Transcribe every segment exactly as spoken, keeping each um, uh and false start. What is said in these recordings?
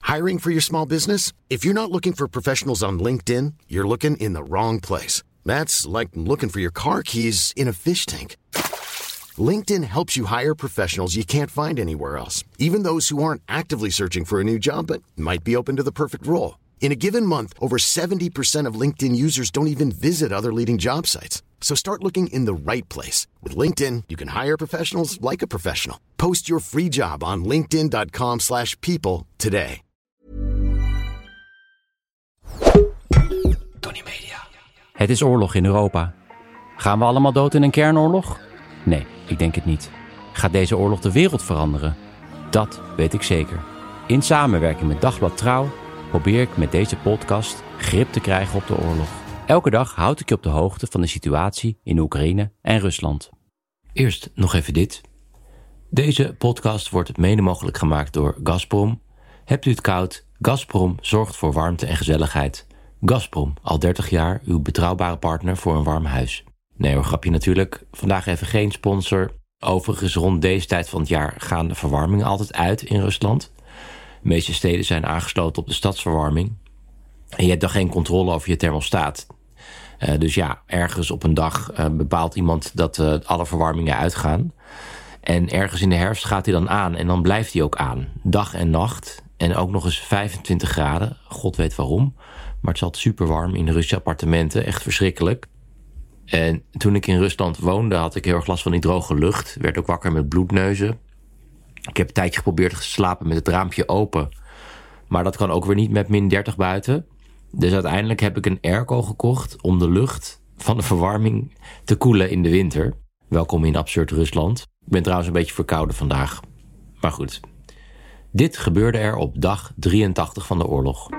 Hiring for your small business? If you're not looking for professionals on LinkedIn, you're looking in the wrong place. That's like looking for your car keys in a fish tank. LinkedIn helps you hire professionals you can't find anywhere else, even those who aren't actively searching for a new job but might be open to the perfect role. In a given month, over seventy percent of LinkedIn users don't even visit other leading job sites. So start looking in the right place. With LinkedIn, you can hire professionals like a professional. Post your free job on linkedin.com slash people today. Tony Media. Het is oorlog in Europa. Gaan we allemaal dood in een kernoorlog? Nee, ik denk het niet. Gaat deze oorlog de wereld veranderen? Dat weet ik zeker. In samenwerking met Dagblad Trouw probeer ik met deze podcast grip te krijgen op de oorlog. Elke dag houd ik je op de hoogte van de situatie in Oekraïne en Rusland. Eerst nog even dit. Deze podcast wordt mede mogelijk gemaakt door Gazprom. Hebt u het koud? Gazprom zorgt voor warmte en gezelligheid. Gazprom, al dertig jaar uw betrouwbare partner voor een warm huis. Nee hoor, grapje natuurlijk. Vandaag even geen sponsor. Overigens, rond deze tijd van het jaar gaan de verwarmingen altijd uit in Rusland. De meeste steden zijn aangesloten op de stadsverwarming. En je hebt dan geen controle over je thermostaat. Uh, dus ja, ergens op een dag uh, bepaalt iemand dat uh, alle verwarmingen uitgaan. En ergens in de herfst gaat hij dan aan. En dan blijft hij ook aan. Dag en nacht. En ook nog eens vijfentwintig graden. God weet waarom. Maar het is altijd super warm in de Russische appartementen. Echt verschrikkelijk. En toen ik in Rusland woonde, had ik heel erg last van die droge lucht. Werd ook wakker met bloedneuzen. Ik heb een tijdje geprobeerd te slapen met het raampje open. Maar dat kan ook weer niet met min dertig buiten. Dus uiteindelijk heb ik een airco gekocht om de lucht van de verwarming te koelen in de winter. Welkom in absurd Rusland. Ik ben trouwens een beetje verkouden vandaag. Maar goed. Dit gebeurde er op dag drieëntachtig van de oorlog.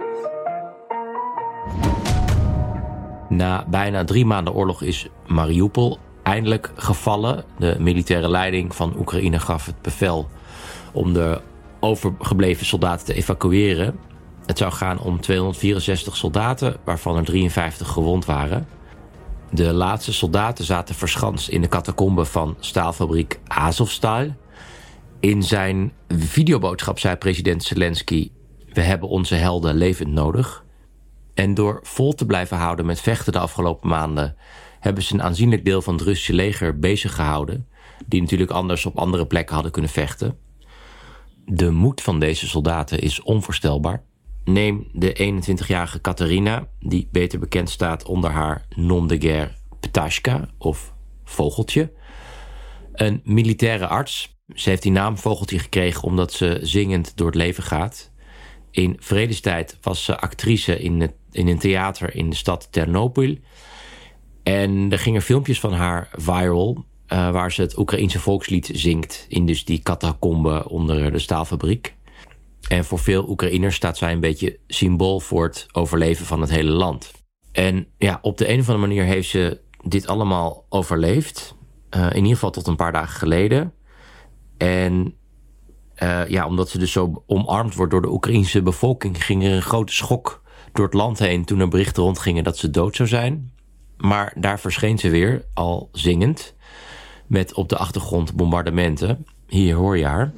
Na bijna drie maanden oorlog is Mariupol eindelijk gevallen. De militaire leiding van Oekraïne gaf het bevel om de overgebleven soldaten te evacueren. Het zou gaan om tweehonderdvierenzestig soldaten, waarvan er drieënvijftig gewond waren. De laatste soldaten zaten verschanst in de catacomben van staalfabriek Azovstal. In zijn videoboodschap zei president Zelensky: we hebben onze helden levend nodig. En door vol te blijven houden met vechten de afgelopen maanden hebben ze een aanzienlijk deel van het Russische leger bezig gehouden, die natuurlijk anders op andere plekken hadden kunnen vechten. De moed van deze soldaten is onvoorstelbaar. Neem de eenentwintigjarige Katarina, die beter bekend staat onder haar nom de guerre Ptashka, of Vogeltje. Een militaire arts. Ze heeft die naam Vogeltje gekregen omdat ze zingend door het leven gaat. In vredestijd was ze actrice in, het, in een theater in de stad Ternopil. En er gingen filmpjes van haar viral, uh, waar ze het Oekraïense volkslied zingt in dus die catacombe onder de staalfabriek. En voor veel Oekraïners staat zij een beetje symbool voor het overleven van het hele land. En ja, op de een of andere manier heeft ze dit allemaal overleefd. Uh, in ieder geval tot een paar dagen geleden. En uh, ja, omdat ze dus zo omarmd wordt door de Oekraïense bevolking, ging er een grote schok door het land heen toen er berichten rondgingen dat ze dood zou zijn. Maar daar verscheen ze weer, al zingend, met op de achtergrond bombardementen. Hier hoor je haar.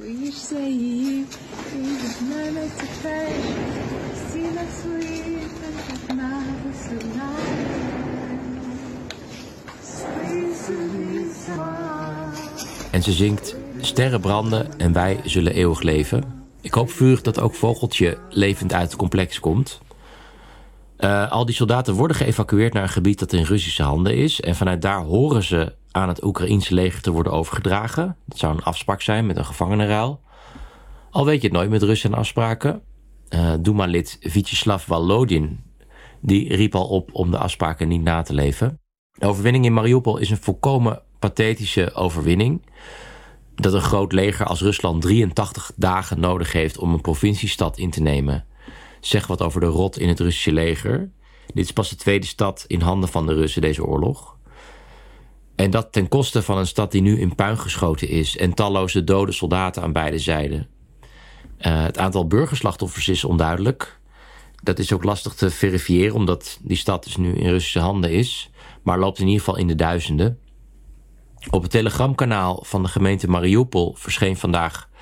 En ze zingt: sterren branden en wij zullen eeuwig leven. Ik hoop vurig dat ook Vogeltje levend uit het complex komt. Uh, al die soldaten worden geëvacueerd naar een gebied dat in Russische handen is. En vanuit daar horen ze aan het Oekraïense leger te worden overgedragen. Dat zou een afspraak zijn met een gevangenenruil. Al weet je het nooit met Russen en afspraken. Uh, Duma-lid Vyacheslav Volodin die riep al op om de afspraken niet na te leven. De overwinning in Mariupol is een volkomen pathetische overwinning. Dat een groot leger als Rusland drieëntachtig dagen nodig heeft om een provinciestad in te nemen. Zeg wat over de rot in het Russische leger. Dit is pas de tweede stad in handen van de Russen, deze oorlog. En dat ten koste van een stad die nu in puin geschoten is en talloze dode soldaten aan beide zijden. Uh, het aantal burgerslachtoffers is onduidelijk. Dat is ook lastig te verifiëren, omdat die stad dus nu in Russische handen is. Maar loopt in ieder geval in de duizenden. Op het telegramkanaal van de gemeente Mariupol verscheen vandaag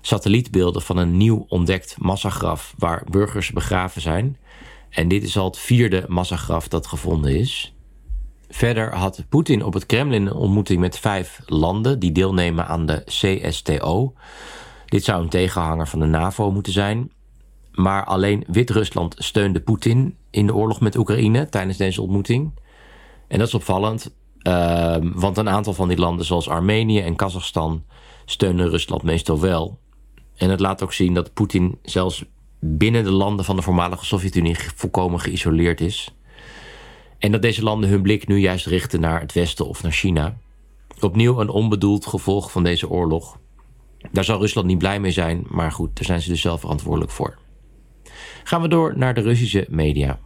satellietbeelden van een nieuw ontdekt massagraf waar burgers begraven zijn. En dit is al het vierde massagraf dat gevonden is. Verder had Poetin op het Kremlin een ontmoeting met vijf landen die deelnemen aan de C S T O. Dit zou een tegenhanger van de NAVO moeten zijn. Maar alleen Wit-Rusland steunde Poetin in de oorlog met Oekraïne tijdens deze ontmoeting. En dat is opvallend, uh, want een aantal van die landen zoals Armenië en Kazachstan steunen Rusland meestal wel. En het laat ook zien dat Poetin zelfs binnen de landen van de voormalige Sovjet-Unie volkomen geïsoleerd is. En dat deze landen hun blik nu juist richten naar het Westen of naar China. Opnieuw een onbedoeld gevolg van deze oorlog. Daar zal Rusland niet blij mee zijn, maar goed, daar zijn ze dus zelf verantwoordelijk voor. Gaan we door naar de Russische media.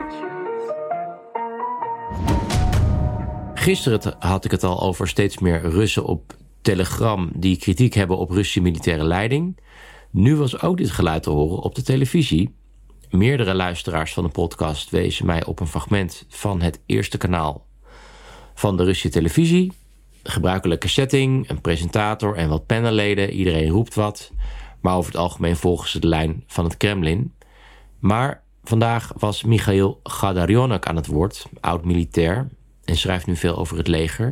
Gisteren had ik het al over steeds meer Russen op Telegram die kritiek hebben op Russische militaire leiding. Nu was ook dit geluid te horen op de televisie. Meerdere luisteraars van de podcast wezen mij op een fragment van het eerste kanaal van de Russische televisie. Gebruikelijke setting, een presentator en wat panelleden. Iedereen roept wat. Maar over het algemeen volgen ze de lijn van het Kremlin. Maar vandaag was Michail Gadarionak aan het woord, oud-militair, en schrijft nu veel over het leger.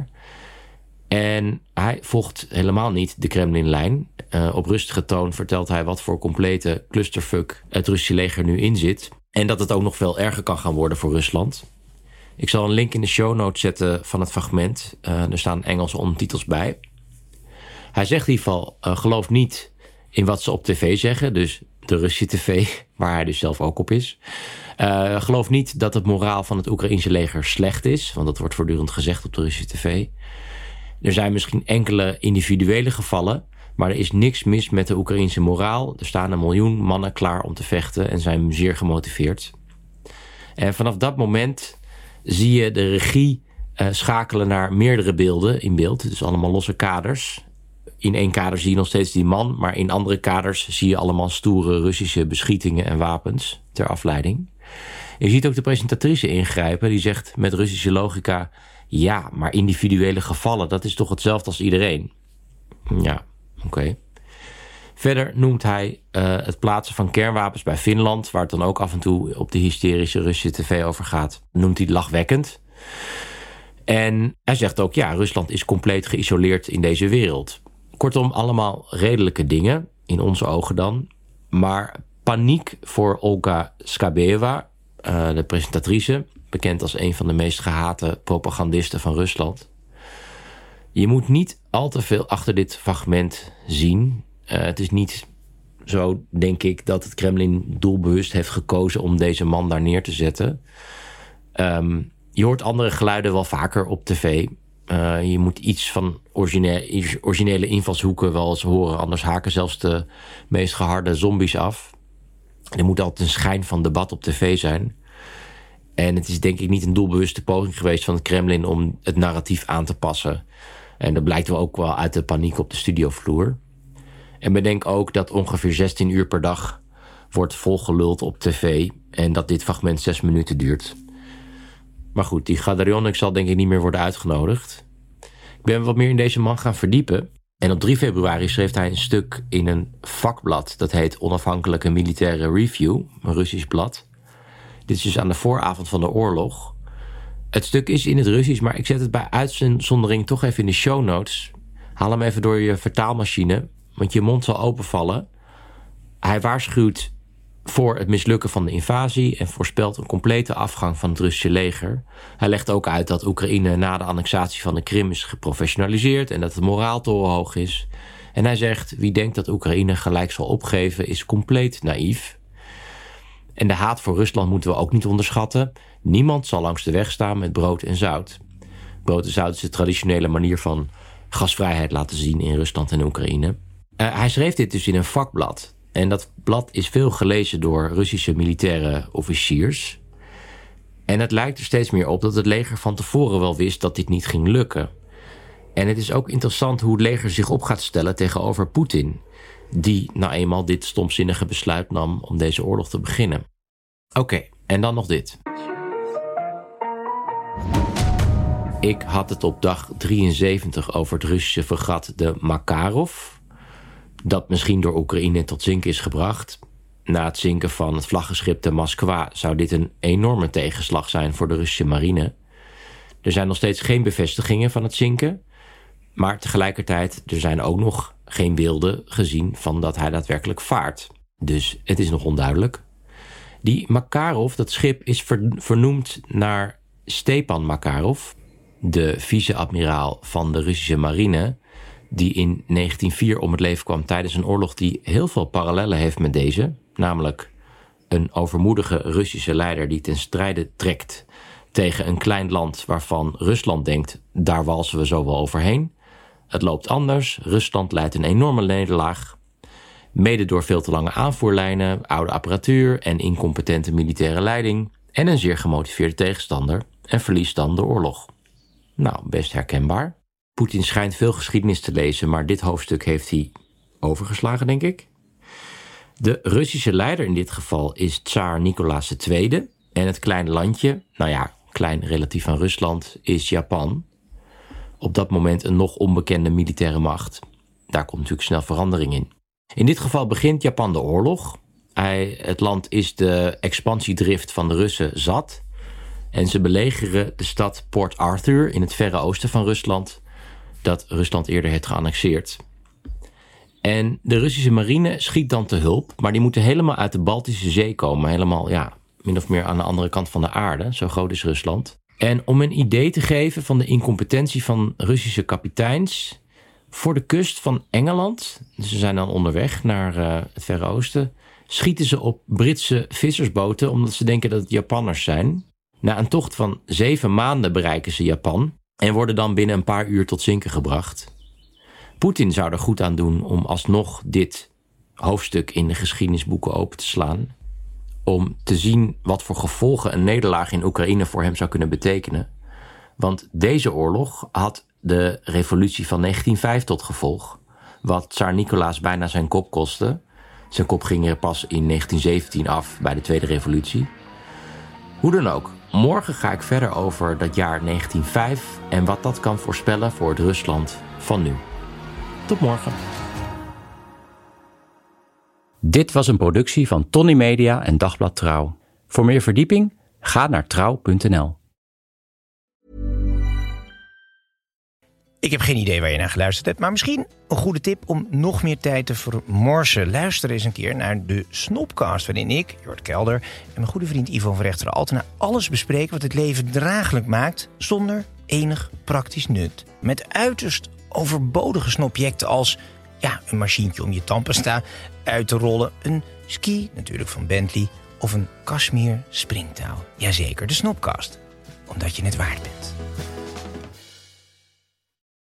En hij volgt helemaal niet de Kremlin-lijn. Uh, op rustige toon vertelt hij wat voor complete clusterfuck het Russische leger nu in zit. En dat het ook nog veel erger kan gaan worden voor Rusland. Ik zal een link in de show notes zetten van het fragment. Uh, er staan Engelse ondertitels bij. Hij zegt in ieder geval, uh, geloof niet in wat ze op tv zeggen. Dus de Russische tv, waar hij dus zelf ook op is. Uh, geloof niet dat het moraal van het Oekraïense leger slecht is. Want dat wordt voortdurend gezegd op de Russische tv. Er zijn misschien enkele individuele gevallen, maar er is niks mis met de Oekraïense moraal. Er staan een miljoen mannen klaar om te vechten en zijn zeer gemotiveerd. En vanaf dat moment zie je de regie uh, schakelen naar meerdere beelden in beeld. Dus allemaal losse kaders. In één kader zie je nog steeds die man, maar in andere kaders zie je allemaal stoere Russische beschietingen en wapens ter afleiding. Je ziet ook de presentatrice ingrijpen, die zegt met Russische logica: ja, maar individuele gevallen, dat is toch hetzelfde als iedereen? Ja, oké. Okay. Verder noemt hij uh, het plaatsen van kernwapens bij Finland, waar het dan ook af en toe op de hysterische Russische tv over gaat, noemt hij lachwekkend. En hij zegt ook, ja, Rusland is compleet geïsoleerd in deze wereld. Kortom, allemaal redelijke dingen, in onze ogen dan. Maar paniek voor Olga Skabeva, uh, de presentatrice, bekend als een van de meest gehate propagandisten van Rusland. Je moet niet al te veel achter dit fragment zien. Uh, het is niet zo, denk ik, dat het Kremlin doelbewust heeft gekozen om deze man daar neer te zetten. Um, je hoort andere geluiden wel vaker op tv. Uh, je moet iets van origine- originele invalshoeken wel eens horen, anders haken zelfs de meest geharde zombies af. Er moet altijd een schijn van debat op tv zijn. En het is denk ik niet een doelbewuste poging geweest van het Kremlin om het narratief aan te passen. En dat blijkt wel ook wel uit de paniek op de studiovloer. En bedenk ook dat ongeveer zestien uur per dag wordt volgeluld op tv en dat dit fragment zes minuten duurt. Maar goed, die Gadarionak zal denk ik niet meer worden uitgenodigd. Ik ben wat meer in deze man gaan verdiepen. En op drie februari schreef hij een stuk in een vakblad. Dat heet Onafhankelijke Militaire Review, een Russisch blad. Dit is dus aan de vooravond van de oorlog. Het stuk is in het Russisch, maar ik zet het bij uitzondering toch even in de show notes. Haal hem even door je vertaalmachine, want je mond zal openvallen. Hij waarschuwt voor het mislukken van de invasie en voorspelt een complete afgang van het Russische leger. Hij legt ook uit dat Oekraïne na de annexatie van de Krim is geprofessionaliseerd en dat het moraal torenhoog is. En hij zegt, wie denkt dat Oekraïne gelijk zal opgeven is compleet naïef. En de haat voor Rusland moeten we ook niet onderschatten. Niemand zal langs de weg staan met brood en zout. Brood en zout is de traditionele manier van gasvrijheid laten zien in Rusland en Oekraïne. Uh, hij schreef dit dus in een vakblad. En dat blad is veel gelezen door Russische militaire officiers. En het lijkt er steeds meer op dat het leger van tevoren wel wist dat dit niet ging lukken. En het is ook interessant hoe het leger zich op gaat stellen tegenover Poetin, die nou eenmaal dit stomzinnige besluit nam om deze oorlog te beginnen. Oké, okay, en dan nog dit. Ik had het op dag drieënzeventig over het Russische fregat de Makarov. dat misschien door Oekraïne tot zinken is gebracht. Na het zinken van het vlaggenschip de Moskwa zou dit een enorme tegenslag zijn voor de Russische marine. Er zijn nog steeds geen bevestigingen van het zinken, maar tegelijkertijd er zijn ook nog geen beelden gezien van dat hij daadwerkelijk vaart. Dus het is nog onduidelijk. Die Makarov, dat schip, is vernoemd naar Stepan Makarov, de vice-admiraal van de Russische marine, die in negentien nul vier om het leven kwam tijdens een oorlog die heel veel parallellen heeft met deze. Namelijk een overmoedige Russische leider die ten strijde trekt tegen een klein land waarvan Rusland denkt, daar walsen we zo wel overheen. Het loopt anders. Rusland leidt een enorme nederlaag. Mede door veel te lange aanvoerlijnen, oude apparatuur en incompetente militaire leiding en een zeer gemotiveerde tegenstander en verliest dan de oorlog. Nou, best herkenbaar. Poetin schijnt veel geschiedenis te lezen, maar dit hoofdstuk heeft hij overgeslagen, denk ik. De Russische leider in dit geval is Tsaar Nicolaas de Tweede. En het kleine landje, nou ja, klein relatief aan Rusland, is Japan. Op dat moment een nog onbekende militaire macht. Daar komt natuurlijk snel verandering in. In dit geval begint Japan de oorlog. Hij, het land is de expansiedrift van de Russen zat. En ze belegeren de stad Port Arthur in het verre oosten van Rusland, dat Rusland eerder heeft geannexeerd. En de Russische marine schiet dan te hulp, maar die moeten helemaal uit de Baltische Zee komen. Helemaal, ja, min of meer aan de andere kant van de aarde. Zo groot is Rusland. En om een idee te geven van de incompetentie van Russische kapiteins, voor de kust van Engeland, dus ze zijn dan onderweg naar uh, het Verre Oosten, schieten ze op Britse vissersboten omdat ze denken dat het Japanners zijn. Na een tocht van zeven maanden bereiken ze Japan en worden dan binnen een paar uur tot zinken gebracht. Poetin zou er goed aan doen om alsnog dit hoofdstuk in de geschiedenisboeken open te slaan, om te zien wat voor gevolgen een nederlaag in Oekraïne voor hem zou kunnen betekenen. Want deze oorlog had de revolutie van negentien vijf tot gevolg, wat Tsaar Nicolaas bijna zijn kop kostte. Zijn kop ging er pas in negentien zeventien af bij de Tweede Revolutie. Hoe dan ook, morgen ga ik verder over dat jaar negentien vijf en wat dat kan voorspellen voor het Rusland van nu. Tot morgen. Dit was een productie van Tony Media en Dagblad Trouw. Voor meer verdieping, ga naar trouw punt n l. Ik heb geen idee waar je naar geluisterd hebt, maar misschien een goede tip om nog meer tijd te vermorsen. Luister eens een keer naar de Snopcast, waarin ik, Jort Kelder, en mijn goede vriend Ivo van Rechteren Altena alles bespreken wat het leven draaglijk maakt, zonder enig praktisch nut. Met uiterst overbodige snobjecten als ja, een machientje om je tandpasta uit te rollen, een ski natuurlijk van Bentley of een Kashmir springtouw. Jazeker, de Snopcast, omdat je het waard bent.